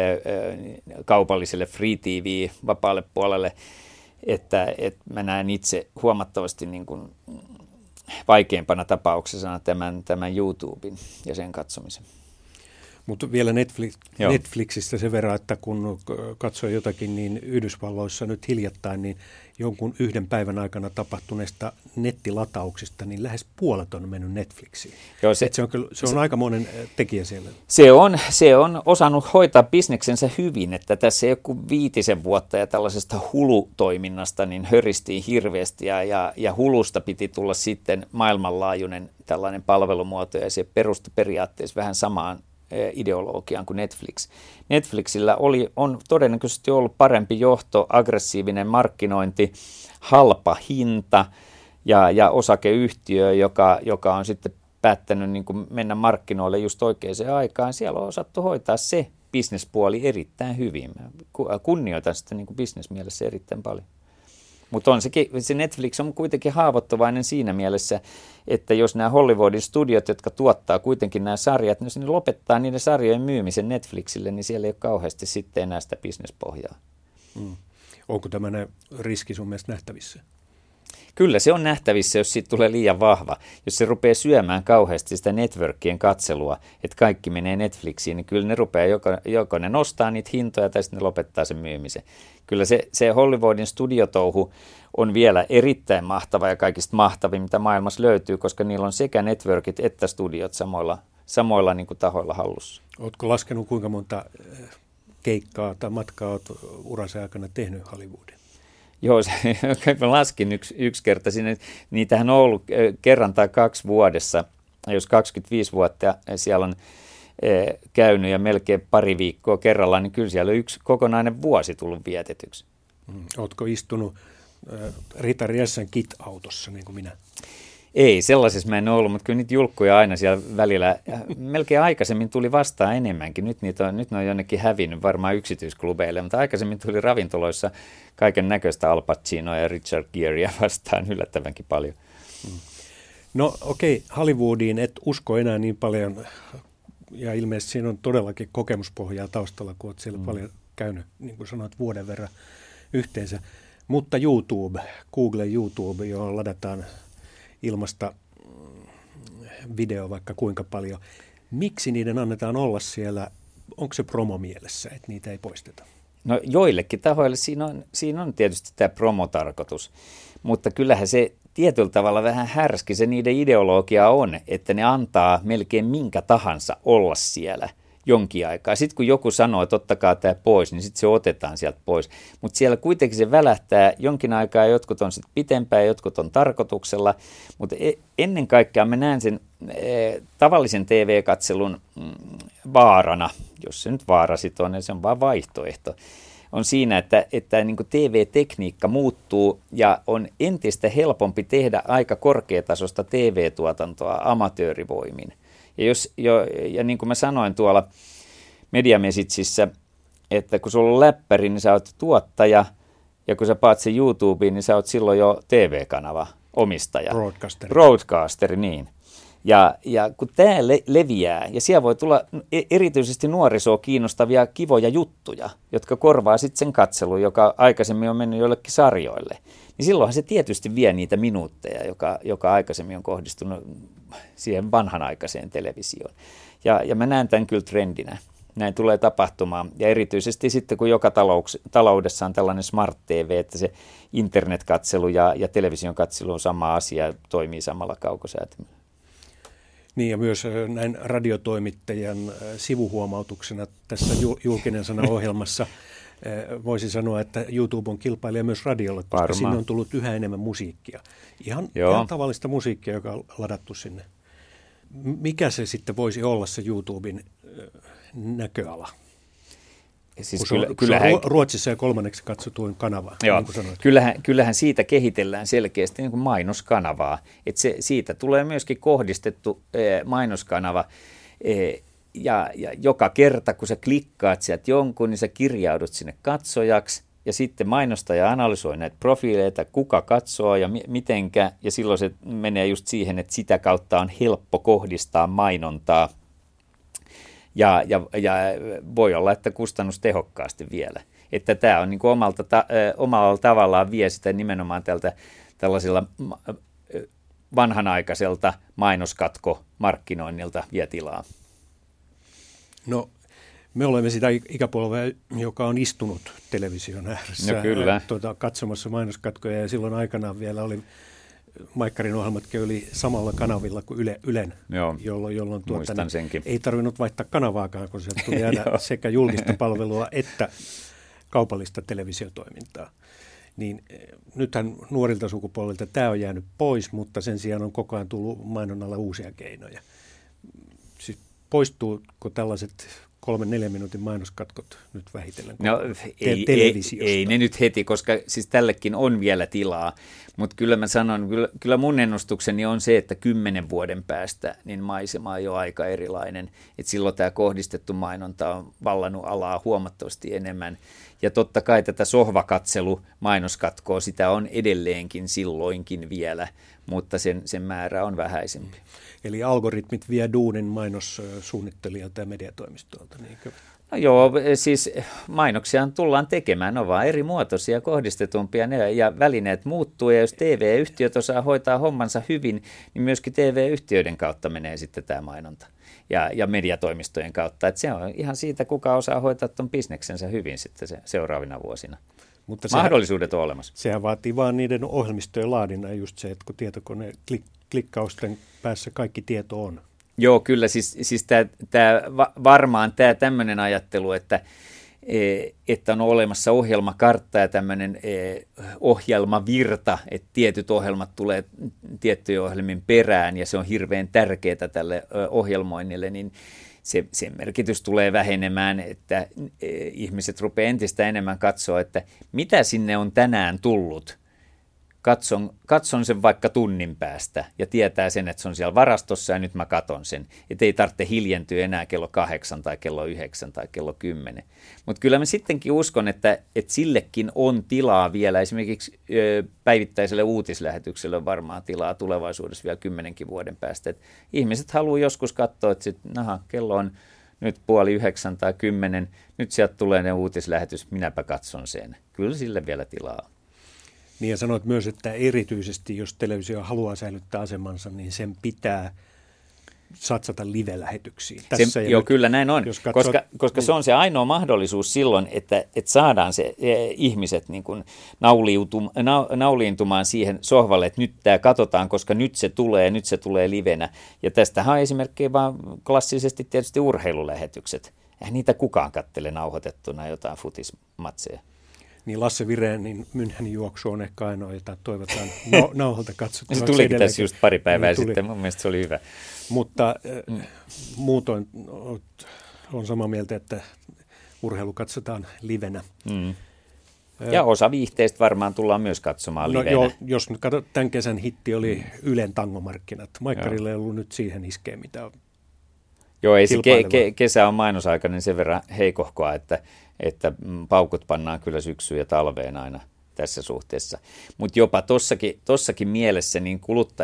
kaupalliselle free TV vapaalle puolelle, että mä näen itse huomattavasti niin kuin vaikeimpana tapauksena tämän YouTuben ja sen katsomisen. Mutta vielä Netflixistä sen verran, että kun katsoo jotakin, niin Yhdysvalloissa nyt hiljattain, niin jonkun 1 päivän aikana tapahtuneista nettilatauksista, niin lähes puolet on mennyt Netflixiin. Joo, se on aikamoinen tekijä siellä. Se on osannut hoitaa bisneksensä hyvin, että tässä joku 5 vuotta ja tällaisesta Hulu-toiminnasta niin höristiin hirveästi ja Hulusta piti tulla sitten maailmanlaajuinen tällainen palvelumuoto ja se perustui periaatteessa vähän samaan ideologiaan kuin Netflix. Netflixillä on todennäköisesti ollut parempi johto, aggressiivinen markkinointi, halpa hinta ja osakeyhtiö, joka on sitten päättänyt niin kuin mennä markkinoille just oikeaan aikaan. Siellä on osattu hoitaa se bisnespuoli erittäin hyvin. Kunnioitan sitä niin kuin bisnesmielessä erittäin paljon. Mutta se Netflix on kuitenkin haavoittuvainen siinä mielessä, että jos nämä Hollywoodin studiot, jotka tuottaa kuitenkin nämä sarjat, jos ne lopettaa niiden sarjojen myymisen Netflixille, niin siellä ei ole kauheasti sitten enää sitä bisnespohjaa. Onko tämmöinen riski sun mielestä nähtävissä? Kyllä se on nähtävissä, jos siitä tulee liian vahva. Jos se rupeaa syömään kauheasti sitä networkien katselua, että kaikki menee Netflixiin, niin kyllä ne rupeaa joko ne nostaa niitä hintoja tai sitten ne lopettaa sen myymisen. Kyllä se Hollywoodin studiotouhu on vielä erittäin mahtava ja kaikista mahtavin, mitä maailmassa löytyy, koska niillä on sekä networkit että studiot samoilla niin kuin tahoilla hallussa. Oletko laskenut, kuinka monta keikkaa tai matkaa olet urasi aikana tehnyt Hollywoodin? Joo, mä laskin yksi kerta sinne. Niitähän on ollut kerran tai 2 vuodessa, jos 25 vuotta siellä on käynyt ja melkein pari viikkoa kerrallaan, niin kyllä siellä on 1 kokonainen vuosi tullut vietetyksi. Ootko istunut Ritari S:n kit-autossa niin kuin minä? Ei, sellaisessa mä en ollut, mutta kyllä niitä julkkuja aina siellä välillä, melkein aikaisemmin tuli vastaan enemmänkin. Nyt ne on jonnekin hävinnyt varmaan yksityisklubeille, mutta aikaisemmin tuli ravintoloissa kaiken näköistä Al Pacinoa ja Richard Gerea vastaan yllättävänkin paljon. No okei, Hollywoodiin et usko enää niin paljon, ja ilmeisesti siinä on todellakin kokemuspohjaa taustalla, kun olet siellä paljon käynyt, niin kuin sanoit, vuoden verran yhteensä. Mutta Google YouTube, johon ladataan ilmasta video vaikka kuinka paljon. Miksi niiden annetaan olla siellä? Onko se promomielessä, että niitä ei poisteta? No joillekin tahoille siinä on tietysti tämä promotarkoitus, mutta kyllähän se tietyllä tavalla vähän härski se niiden ideologia on, että ne antaa melkein minkä tahansa olla siellä jonkin aikaa. Sitten kun joku sanoo, että ottakaa tämä pois, niin sitten se otetaan sieltä pois. Mutta siellä kuitenkin se välähtää jonkin aikaa, jotkut on sitten pitempään, jotkut on tarkoituksella. Mutta ennen kaikkea mä näen sen tavallisen TV-katselun vaarana, jos se nyt vaara sitten on, niin se on vaan vaihtoehto. On siinä, että niin kuin TV-tekniikka muuttuu ja on entistä helpompi tehdä aika korkeatasoista TV-tuotantoa amatöörivoimin. Ja niin kuin mä sanoin tuolla Mediamessitsissä, että kun sulla on läppäri, niin sä oot tuottaja, ja kun sä paat sen YouTubeen, niin sä oot silloin jo TV-kanava omistaja. Broadcasteri, niin. Ja kun tämä leviää, ja siellä voi tulla erityisesti nuorisoa kiinnostavia kivoja juttuja, jotka korvaa sitten sen katselun, joka aikaisemmin on mennyt jollekin sarjoille, niin silloinhan se tietysti vie niitä minuutteja, joka aikaisemmin on kohdistunut siihen vanhanaikaiseen televisioon. Ja mä näen tämän kyllä trendinä. Näin tulee tapahtumaan. Ja erityisesti sitten, kun joka taloudessa on tällainen smart TV, että se internetkatselu ja television katselu on sama asia ja toimii samalla kaukosäätimellä. Niin ja myös näin radiotoimittajan sivuhuomautuksena tässä julkinen sana -ohjelmassa voisi sanoa, että YouTube on kilpailija myös radiolle, koska sinne on tullut yhä enemmän musiikkia. Ihan tavallista musiikkia, joka on ladattu sinne. Mikä se sitten voisi olla se YouTuben näköala? Siis Ruotsissa ja kolmanneksi katsotuin kanava. Joo, niin kyllähän siitä kehitellään selkeästi niin kuin mainoskanavaa. Että siitä tulee myöskin kohdistettu mainoskanava. Ja joka kerta, kun sä klikkaat sieltä jonkun, niin sä kirjaudut sinne katsojaksi. Ja sitten mainostaja analysoi näitä profiileita, kuka katsoo ja mitenkä. Ja silloin se menee just siihen, että sitä kautta on helppo kohdistaa mainontaa. Ja voi olla, että kustannustehokkaasti vielä. Että tämä on niin kuin omalla tavallaan vie sitä nimenomaan tällaisella vanhanaikaiselta mainoskatkomarkkinoinnilta vie tilaa. No, me olemme sitä ikäpolvea, joka on istunut television ääressä katsomassa mainoskatkoja, ja silloin aikanaan vielä oli Maikkarin ohjelmatkin oli samalla kanavilla kuin Ylen, jolloin ei tarvinnut vaihtaa kanavaakaan, kun sieltä tuli aina sekä julkista palvelua että kaupallista televisiotoimintaa. Niin nythän nuorilta sukupolvilta tämä on jäänyt pois, mutta sen sijaan on koko ajan tullut mainonnalla uusia keinoja. Siis poistuuko tällaiset 3-4 minuutin mainoskatkot nyt vähitellen televisiosta? Ei ne nyt heti, koska siis tällekin on vielä tilaa. Mutta kyllä mä sanon, kyllä mun ennustukseni on se, että 10 vuoden päästä niin maisema on jo aika erilainen. Et silloin tämä kohdistettu mainonta on vallannut alaa huomattavasti enemmän. Ja totta kai tätä sohvakatselu-mainoskatkoa, sitä on edelleenkin silloinkin vielä, mutta sen määrä on vähäisempi. Eli algoritmit vie duunin mainossuunnittelijalta ja mediatoimistolta, niinkö? No joo, siis mainoksia tullaan tekemään, ne on vaan eri muotoisia, kohdistetumpia ja välineet muuttuu, ja jos TV-yhtiöt osaa hoitaa hommansa hyvin, niin myöskin TV-yhtiöiden kautta menee sitten tämä mainonta ja mediatoimistojen kautta, että se on ihan siitä, kuka osaa hoitaa tuon bisneksensä hyvin sitten seuraavina vuosina. Mutta mahdollisuudet on olemassa. Sehän vaatii vaan niiden ohjelmistojen laadinnan just se, että kun tietokone klikkausten päässä kaikki tieto on. Joo, kyllä. Siis varmaan tämä tämmöinen ajattelu, että on olemassa ohjelmakartta ja tämmöinen ohjelmavirta, että tietyt ohjelmat tulee tiettyjen ohjelmien perään ja se on hirveän tärkeää tälle ohjelmoinnille, niin sen merkitys tulee vähenemään, että ihmiset rupeaa entistä enemmän katsoa, että mitä sinne on tänään tullut. Katson sen vaikka tunnin päästä ja tietää sen, että se on siellä varastossa ja nyt mä katon sen. Että ei tarvitse hiljentyä enää kello 8 tai kello 9 tai kello 10. Mutta kyllä mä sittenkin uskon, että sillekin on tilaa vielä. Esimerkiksi päivittäiselle uutislähetykselle on varmaan tilaa tulevaisuudessa vielä 10 vuoden päästä. Et ihmiset haluaa joskus katsoa, että kello on nyt 8:30 tai 10. Nyt sieltä tulee ne uutislähetys, minäpä katson sen. Kyllä sille vielä tilaa. Niin ja sanoit myös, että erityisesti jos televisio haluaa säilyttää asemansa, niin sen pitää satsata live-lähetyksiin. Joo, kyllä näin on, koska se on se ainoa mahdollisuus silloin, että saadaan se ihmiset niin kuin nauliintumaan siihen sohvalle, että nyt tämä katsotaan, koska nyt se tulee livenä. Ja tästähän on esimerkkejä vaan klassisesti tietysti urheilulähetykset. Eihän niitä kukaan kattele nauhoitettuna jotain futismatseja. Niin Lasse Virénin Münchenin juoksu on ehkä ainoa, jota toivotaan nauholta katsottavaksi. Se tulikin tässä just pari päivää sitten, mun mielestä se oli hyvä. Mutta muutoin on samaa mieltä, että urheilu katsotaan livenä. Ja osa viihteistä varmaan tullaan myös katsomaan livenä. Joo, jos nyt katsot, tämän kesän hitti oli Ylen tangomarkkinat. Maikkarilla ei ollut nyt siihen iskeä mitään. Joo, ei se kesä on mainosaikainen sen verran heikohkoa, että paukut pannaan kyllä syksyyn ja talveen aina tässä suhteessa. Mutta jopa tossakin mielessä niin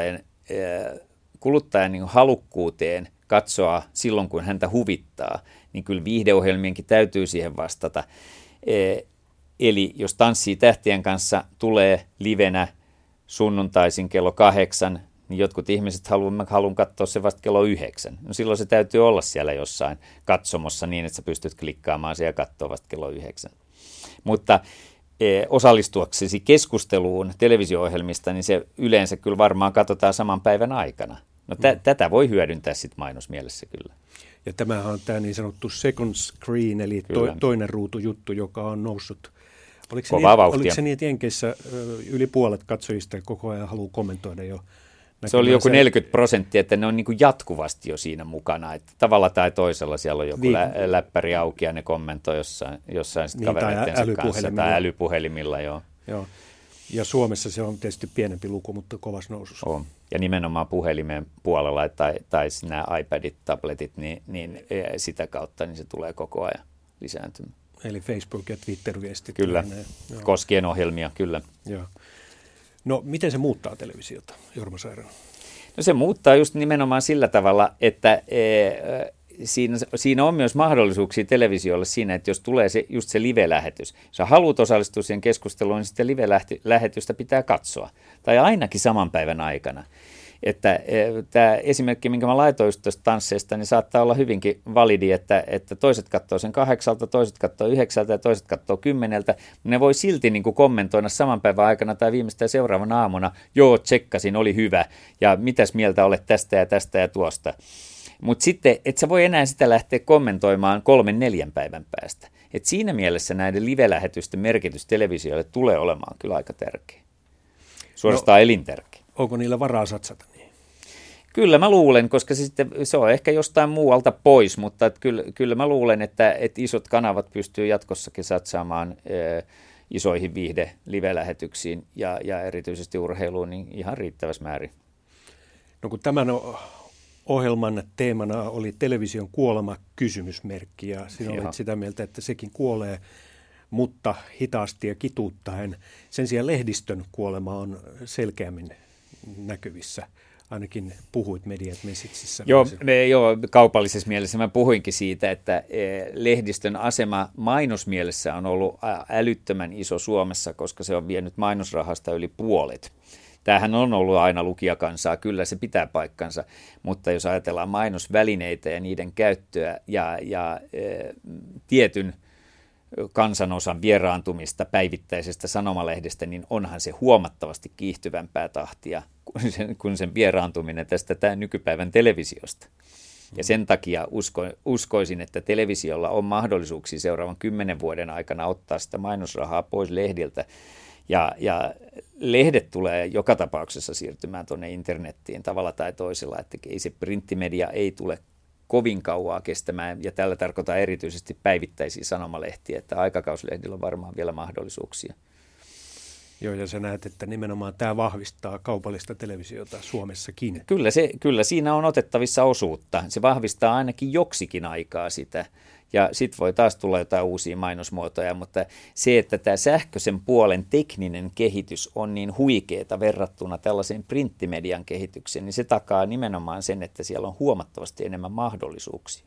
kuluttajan niin halukkuuteen katsoa silloin, kun häntä huvittaa, niin kyllä viihdeohjelmienkin täytyy siihen vastata. Eli jos Tanssii tähtien kanssa tulee livenä sunnuntaisin kello 8, niin jotkut ihmiset haluan katsoa se vasta kello 9. No silloin se täytyy olla siellä jossain katsomossa niin, että sä pystyt klikkaamaan se ja katsoa vasta kello 9. Mutta osallistuaksesi keskusteluun televisio-ohjelmista, niin se yleensä kyllä varmaan katsotaan saman päivän aikana. No tätä voi hyödyntää sitten mainosmielessä kyllä. Ja tämähän on tämä niin sanottu second screen, eli toinen ruutujuttu, joka on noussut. Oliko se niin, että Jenkeissä yli puolet katsojista koko ajan haluaa kommentoida jo? Se oli joku 40%, että ne on niin kuin jatkuvasti jo siinä mukana, että tavalla tai toisella siellä on joku läppäri auki ja ne kommentoi jossain niin, kavereittensa kanssa tai älypuhelimilla. Joo. Ja Suomessa se on tietysti pienempi luku, mutta kovas nousussa. On. Ja nimenomaan puhelimen puolella tai nämä iPadit, tabletit, niin sitä kautta niin se tulee koko ajan lisääntymään. Eli Facebook- ja Twitter-viestit. Kyllä, koskien ohjelmia, kyllä. Joo. No, miten se muuttaa televisiota, Jorma Sairaala? No se muuttaa just nimenomaan sillä tavalla, että siinä on myös mahdollisuuksia televisiolle siinä, että jos tulee just se live-lähetys, jos sä haluat osallistua siihen keskusteluun, niin sitten live-lähetystä pitää katsoa, tai ainakin saman päivän aikana. Että tämä esimerkki, minkä mä laitoin just tuosta tansseista, niin saattaa olla hyvinkin validi, että toiset katsoo sen 8, toiset katsoo 9 ja toiset katsoo 10. Ne voi silti niin kuin kommentoida saman päivän aikana tai viimeistään seuraavana aamuna, joo, tsekkasin, oli hyvä, ja mitäs mieltä olet tästä ja tuosta. Mutta sitten, et sä voi enää sitä lähteä kommentoimaan 3-4 päivän päästä. Et siinä mielessä näiden live-lähetysten merkitys televisiolle tulee olemaan kyllä aika tärkeä. Suorastaan elintärkeä. Onko niillä varaa satsata niin? Kyllä mä luulen, koska se on ehkä jostain muualta pois, mutta kyllä mä luulen, että isot kanavat pystyy jatkossakin satsaamaan isoihin live-lähetyksiin ja erityisesti urheiluun niin ihan riittävässä määrin. No kun tämän ohjelman teemana oli television kuolema kysymysmerkki ja sinä olet sitä mieltä, että sekin kuolee, mutta hitaasti ja kituuttaen. Sen sijaan lehdistön kuolema on selkeämmin näkyvissä. Ainakin puhuit Mediat Messagesissa. Joo, kaupallisessa mielessä mä puhuinkin siitä, että lehdistön asema mainosmielessä on ollut älyttömän iso Suomessa, koska se on vienyt mainosrahasta yli puolet. Tämähän on ollut aina lukijakansaa, kyllä se pitää paikkansa, mutta jos ajatellaan mainosvälineitä ja niiden käyttöä ja tietyn kansanosan vieraantumista päivittäisestä sanomalehdestä, niin onhan se huomattavasti kiihtyvämpää tahtia kuin sen vieraantuminen tästä nykypäivän televisiosta. Ja sen takia uskoisin, että televisiolla on mahdollisuuksia seuraavan 10 vuoden aikana ottaa sitä mainosrahaa pois lehdiltä. Ja lehdet tulee joka tapauksessa siirtymään tuonne internettiin tavalla tai toisella, että ei se printtimedia ei tule kovin kauaa kestämään, ja tällä tarkoittaa erityisesti päivittäisiä sanomalehtiä, että aikakauslehdillä on varmaan vielä mahdollisuuksia. Joo, ja sä näet, että nimenomaan tämä vahvistaa kaupallista televisiota Suomessakin. Kyllä siinä on otettavissa osuutta. Se vahvistaa ainakin joksikin aikaa sitä, ja sitten voi taas tulla jotain uusia mainosmuotoja, mutta se, että tämä sähköisen puolen tekninen kehitys on niin huikeeta verrattuna tällaiseen printtimedian kehitykseen, niin se takaa nimenomaan sen, että siellä on huomattavasti enemmän mahdollisuuksia.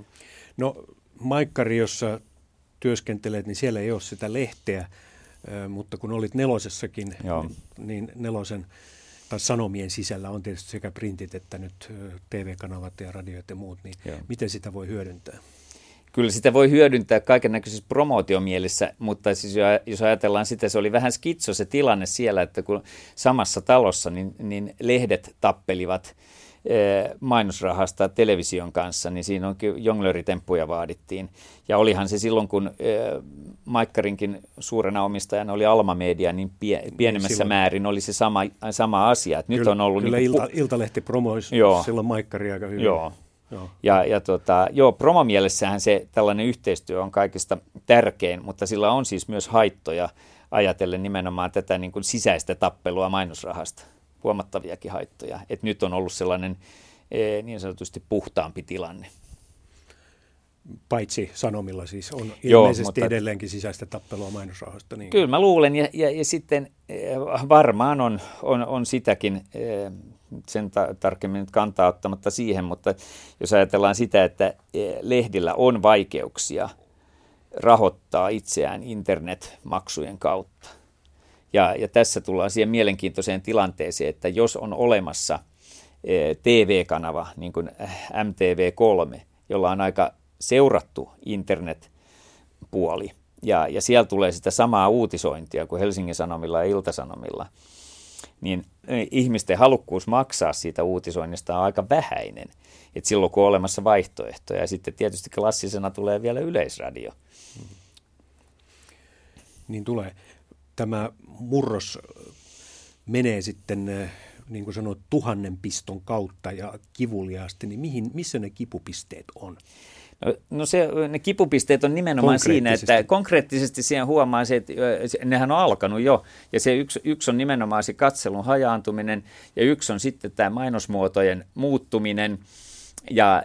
No, Maikkari, jossa työskentelet, niin siellä ei ole sitä lehteä, mutta kun olit Nelosessakin, niin Nelosen tai sanomien sisällä on tietysti sekä printit että nyt TV-kanavat ja radiot ja muut, niin miten sitä voi hyödyntää? Kyllä sitä voi hyödyntää kaiken näköisessä promootiomielessä, mutta siis jos ajatellaan sitä, se oli vähän skitso se tilanne siellä, että kun samassa talossa niin lehdet tappelivat mainosrahasta television kanssa, niin siinä onkin jonglööritemppuja vaadittiin. Ja olihan se silloin, kun Maikkarinkin suurena omistajana oli Alma Media, niin pienemmässä määrin oli se sama asia. Että nyt on ollut kyllä Iltalehti promoisi silloin Maikkaria aika hyvin. Joo. Promomielessähän se tällainen yhteistyö on kaikista tärkein, mutta sillä on siis myös haittoja ajatellen nimenomaan tätä niin kuin sisäistä tappelua mainosrahasta. Huomattaviakin haittoja. Et nyt on ollut sellainen niin sanotusti puhtaampi tilanne. Paitsi Sanomilla siis on ilmeisesti edelleenkin sisäistä tappelua mainosrahasta. Niin. Kyllä mä luulen ja sitten varmaan on sitäkin, sen tarkemmin nyt kantaa ottamatta siihen, mutta jos ajatellaan sitä, että lehdillä on vaikeuksia rahoittaa itseään internetmaksujen kautta. Ja tässä tullaan siihen mielenkiintoiseen tilanteeseen, että jos on olemassa TV-kanava, niin kuin MTV3, jolla on aika seurattu internetpuoli, ja siellä tulee sitä samaa uutisointia kuin Helsingin Sanomilla ja Ilta-Sanomilla, niin ihmisten halukkuus maksaa siitä uutisoinnista on aika vähäinen. Et silloin kun on olemassa vaihtoehtoja, ja sitten tietysti klassisena tulee vielä Yleisradio. Niin tulee. Tämä murros menee sitten, niin kuin sanoit, 1000 piston kautta ja kivuliaasti, niin missä ne kipupisteet on? No ne kipupisteet on nimenomaan siinä, että konkreettisesti siihen huomaa se, että nehän on alkanut jo, ja se yksi on nimenomaan se katselun hajaantuminen, ja yksi on sitten tämä mainosmuotojen muuttuminen, ja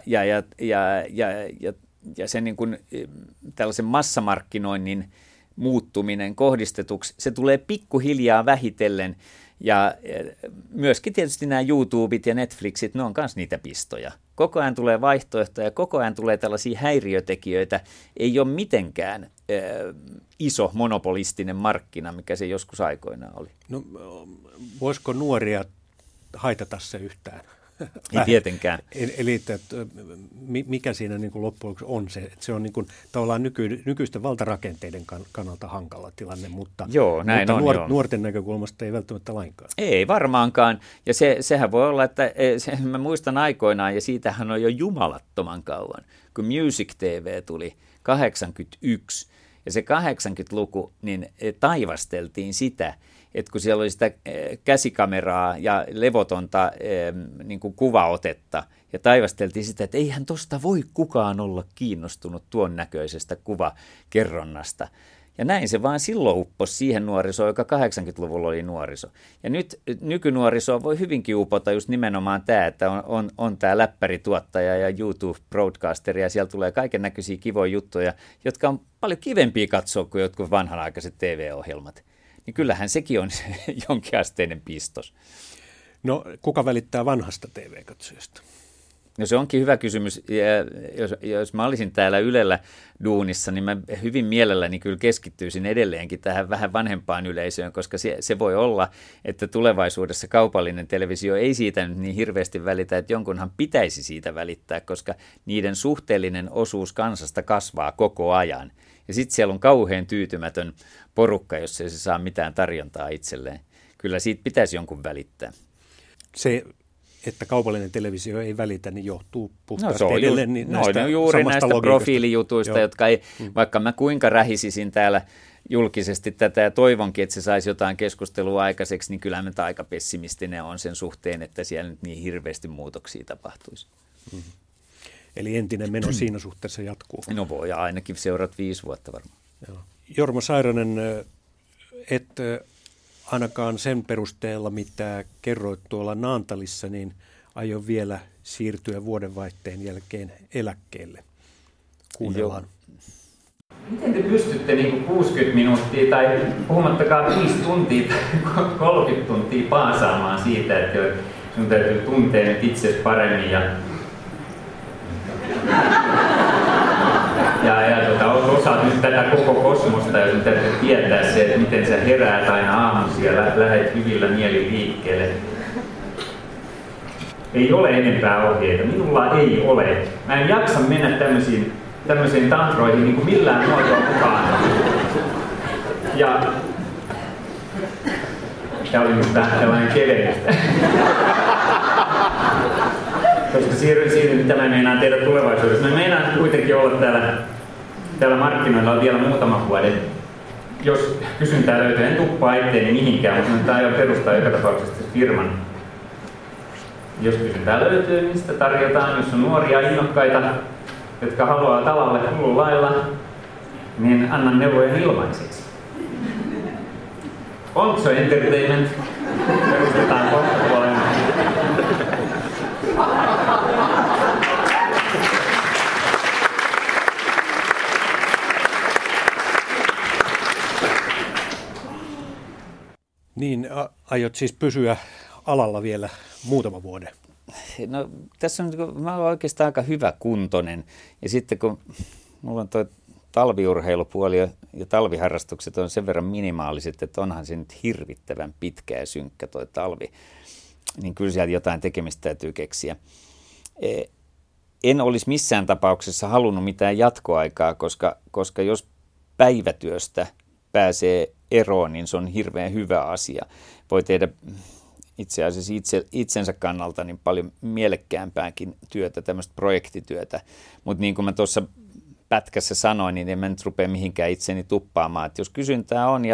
sen niin kuin tällaisen massamarkkinoinnin muuttuminen kohdistetuksi, se tulee pikkuhiljaa vähitellen, ja myöskin tietysti nämä YouTubet ja Netflixit, ne on myös niitä pistoja. Koko ajan tulee vaihtoehtoja, koko ajan tulee tällaisia häiriötekijöitä, ei ole mitenkään iso monopolistinen markkina, mikä se joskus aikoinaan oli. No, voisiko nuoria haitata se yhtään? Ei tietenkään. Eli että mikä siinä niin kuin loppujen lopuksi on se, että se on niin kuin tavallaan nykyisten valtarakenteiden kannalta hankala tilanne, mutta, nuorten näkökulmasta ei välttämättä lainkaan. Ei varmaankaan, ja sehän voi olla, että mä muistan aikoinaan, ja siitähän on jo jumalattoman kauan, kun Music TV tuli 81, ja se 80-luku, niin taivasteltiin sitä, että kun siellä oli sitä käsikameraa ja levotonta niin kuin kuvaotetta, ja taivasteltiin sitä, että eihän tosta voi kukaan olla kiinnostunut tuon näköisestä kuvakerronnasta. Ja näin se vaan silloin upposi siihen nuorisoon, joka 80-luvulla oli nuoriso. Ja nyt nykynuorisoon voi hyvinkin upota just nimenomaan tämä, että on tämä läppärituottaja ja YouTube-broadcasteri, ja siellä tulee kaiken näköisiä kivoja juttuja, jotka on paljon kivempiä katsoa kuin jotkut vanhanaikaiset TV-ohjelmat. Niin kyllähän sekin on jonkinasteinen pistos. No, kuka välittää vanhasta TV-katsojasta? No se onkin hyvä kysymys. Jos mä olisin täällä Ylellä duunissa, niin mä hyvin mielelläni kyllä keskittyisin edelleenkin tähän vähän vanhempaan yleisöön, koska se voi olla, että tulevaisuudessa kaupallinen televisio ei siitä nyt niin hirveästi välitä, että jonkunhan pitäisi siitä välittää, koska niiden suhteellinen osuus kansasta kasvaa koko ajan. Ja sitten siellä on kauhean tyytymätön porukka, jos ei se saa mitään tarjontaa itselleen. Kyllä siitä pitäisi jonkun välittää. Se, että kaupallinen televisio ei välitä, niin johtuu puhtaasti edelleen näistä juuri näistä profiilijutuista, jotka ei, vaikka mä kuinka rähisisin täällä julkisesti tätä ja toivonkin, että se saisi jotain keskustelua aikaiseksi, niin kyllä mä aika pessimistinen on sen suhteen, että siellä nyt niin hirveästi muutoksia tapahtuisi. Mm-hmm. Eli entinen meno siinä suhteessa jatkuu. No voi, ja ainakin seuraat 5 vuotta varmaan. Joo. Jorma Sairanen, et ainakaan sen perusteella, mitä kerroit tuolla Naantalissa, niin aion vielä siirtyä vuodenvaihteen jälkeen eläkkeelle. Kuunnellaan. Miten te pystytte niin 60 minuuttia tai puhumattakaan 5 tuntia tai 30 tuntia paasaamaan siitä, että sun täytyy tuntea nyt itsesi paremmin ja osaat nyt tätä koko kosmosta ja sun täytyy tietää se, että miten sä heräät aina aamuisin ja lähdet hyvillä mielin liikkeelle. ei ole enempää ohjeita. Minulla ei ole. Mä en jaksa mennä tämmöisiin tantroihin niin kuin millään muotoa mukaan. Ja tämä oli nyt vähän tällainen kevennystä. Koska siirryn, mitä mä meinaan tehdä tulevaisuudessa. Mä meinaan kuitenkin olla täällä markkinoilla vielä muutaman vuoden. Jos kysyntää löytyy, en tuppaa itteeni mihinkään, mutta tämä aion perustaa joka tapauksessa firman. Jos kysyntää löytyy, niin sitä tarjotaan. Jos on nuoria innokkaita, jotka haluaa talalle hullun lailla, niin annan neuvoja ilmaiseksi. Onko Entertainment? Perustetaan kohtapuolella. Niin, aiot siis pysyä alalla vielä muutama vuoden? No tässä on, mä olen oikeastaan aika hyväkuntoinen ja sitten kun mulla on toi talviurheilupuoli ja talviharrastukset on sen verran minimaaliset, että onhan se nyt hirvittävän pitkä ja synkkä toi talvi, niin kyllä sieltä jotain tekemistä täytyy keksiä. En olisi missään tapauksessa halunnut mitään jatkoaikaa, koska jos päivätyöstä pääsee eroon, niin se on hirveän hyvä asia. Voi tehdä itse asiassa itsensä kannalta niin paljon mielekkäämpääkin työtä, tämmöistä projektityötä. Mutta niin kuin mä tuossa pätkässä sanoin, niin en mä nyt rupea mihinkään itseni tuppaamaan. Et jos kysyntää on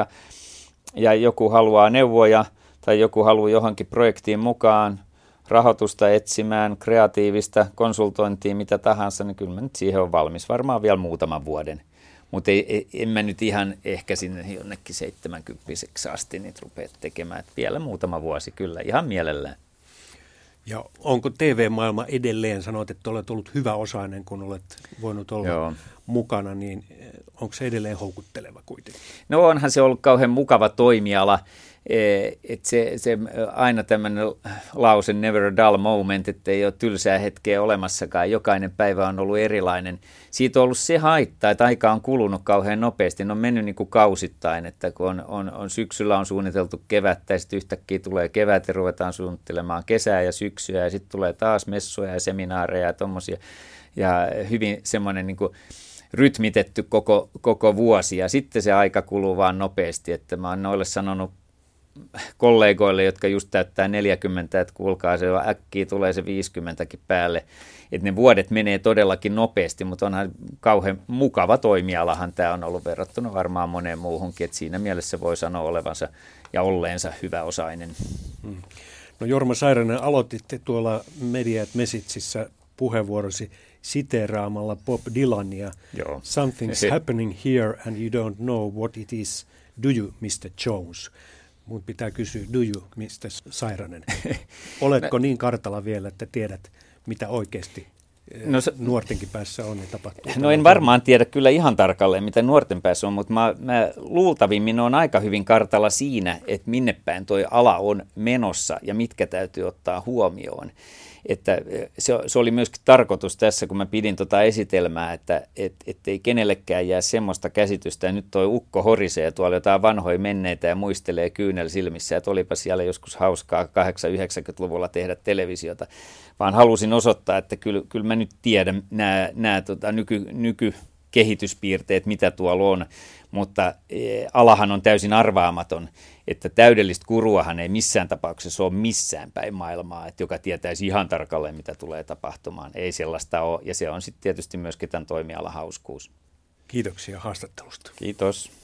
ja joku haluaa neuvoja tai joku haluaa johonkin projektiin mukaan, rahoitusta etsimään, kreatiivista konsultointia, mitä tahansa, niin kyllä mä nyt siihen on valmis. Varmaan vielä muutaman vuoden. Mutta en mä nyt ihan ehkä sinne jonnekin 70-vuotiaaksi asti niitä rupea tekemään. Et vielä muutama vuosi kyllä, ihan mielellään. Ja onko TV-maailma edelleen, sanoit, että olet ollut hyväosainen, kun olet voinut olla mukana, niin onko se edelleen houkutteleva kuitenkin? No onhan se ollut kauhean mukava toimiala. Että se aina tämmöinen lause, never a dull moment, että ei ole tylsää hetkeä olemassakaan. Jokainen päivä on ollut erilainen. Siitä on ollut se haitta, että aika on kulunut kauhean nopeasti. Ne on mennyt niin kuin kausittain, että kun on syksyllä on suunniteltu kevättä ja sitten yhtäkkiä tulee kevät ja ruvetaan suunnittelemaan kesää ja syksyä ja sitten tulee taas messuja ja seminaareja ja tommosia. Ja hyvin semmoinen niin kuin rytmitetty koko vuosi ja sitten se aika kuluu vaan nopeasti, että mä oon noille sanonut kollegoille, jotka just täyttää 40, että kuulkaa, se äkkiä tulee se 50kin päälle. Että ne vuodet menee todellakin nopeasti, mutta onhan kauhean mukava toimialahan tämä on ollut verrattuna varmaan moneen muuhunkin, että siinä mielessä voi sanoa olevansa ja olleensa hyväosainen. No Jorma Sairanen, aloititte tuolla Media at Messageissa puheenvuorosi siteeraamalla Bob Dylania. Joo. Something's happening here and you don't know what it is. Do you, Mr. Jones? Mun pitää kysyä, do you, Mr. Sairanen? Oletko niin kartalla vielä, että tiedät, mitä oikeasti nuortenkin päässä on ja tapahtuu? No en varmaan tiedä kyllä ihan tarkalleen, mitä nuorten päässä on, mutta mä luultavimmin on aika hyvin kartalla siinä, että minne päin toi ala on menossa ja mitkä täytyy ottaa huomioon. Että se oli myöskin tarkoitus tässä, kun mä pidin tota esitelmää, että ei kenellekään jää semmoista käsitystä, ja nyt toi ukko horisee tuolla jotain vanhoja menneitä ja muistelee kyynel silmissä, että olipa siellä joskus hauskaa 80-90-luvulla tehdä televisiota, vaan halusin osoittaa, että kyllä mä nyt tiedän nämä nykykehityspiirteet, mitä tuolla on, mutta alahan on täysin arvaamaton, että täydellistä guruahan ei missään tapauksessa ole missään päin maailmaa, että joka tietäisi ihan tarkalleen, mitä tulee tapahtumaan. Ei sellaista ole, ja se on sitten tietysti myöskin tämän toimialan hauskuus. Kiitoksia haastattelusta. Kiitos.